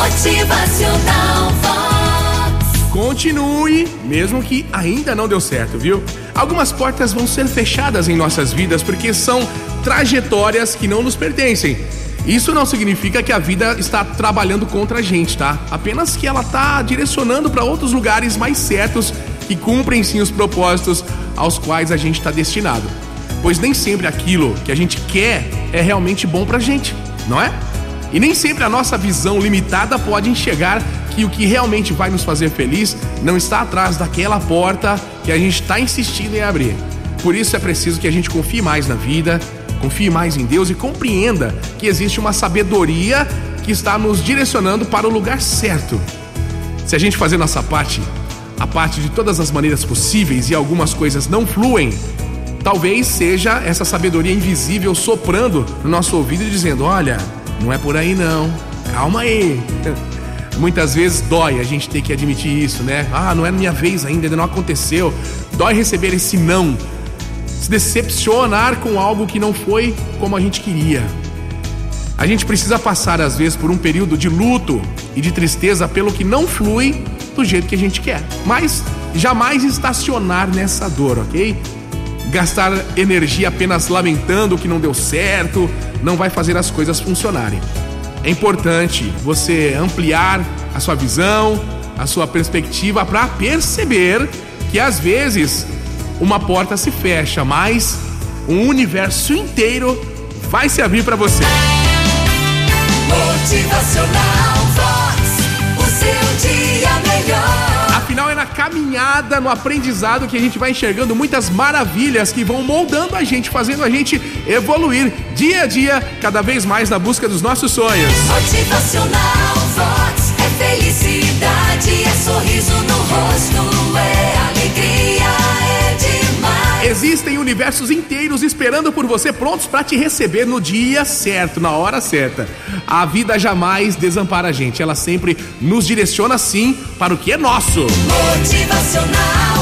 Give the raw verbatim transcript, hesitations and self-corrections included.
Motivacional Vox. Continue, mesmo que ainda não deu certo, viu? Algumas portas vão ser fechadas em nossas vidas porque são trajetórias que não nos pertencem. Isso não significa que a vida está trabalhando contra a gente, tá? Apenas que ela está direcionando para outros lugares mais certos que cumprem sim os propósitos aos quais a gente está destinado. Pois nem sempre aquilo que a gente quer é realmente bom pra gente, não é? E nem sempre a nossa visão limitada pode enxergar que o que realmente vai nos fazer feliz não está atrás daquela porta que a gente está insistindo em abrir. Por isso é preciso que a gente confie mais na vida, confie mais em Deus e compreenda que existe uma sabedoria que está nos direcionando para o lugar certo. Se a gente fazer nossa parte, a parte de todas as maneiras possíveis e algumas coisas não fluem, talvez seja essa sabedoria invisível soprando no nosso ouvido e dizendo: olha, não é por aí não, calma aí. Muitas vezes dói a gente ter que admitir isso, né? Ah, não é minha vez ainda, ainda não aconteceu. Dói receber esse não, se decepcionar com algo que não foi como a gente queria. A gente precisa passar às vezes por um período de luto e de tristeza pelo que não flui do jeito que a gente quer, mas jamais estacionar nessa dor, ok? Gastar energia apenas lamentando o que não deu certo não vai fazer as coisas funcionarem. É importante você ampliar a sua visão, a sua perspectiva para perceber que às vezes uma porta se fecha, mas um universo inteiro vai se abrir para você. Motivacional Vox, o seu dia melhor. Afinal, é na caminhada, no aprendizado que a gente vai enxergando muitas maravilhas que vão moldando a gente, fazendo a gente evoluir dia a dia, cada vez mais na busca dos nossos sonhos. Motivacional Vox é felicidade, é sorriso no rosto, é alegria, é demais. Existem universos inteiros esperando por você, prontos para te receber no dia certo, na hora certa. A vida jamais desampara a gente, ela sempre nos direciona sim para o que é nosso. Motivacional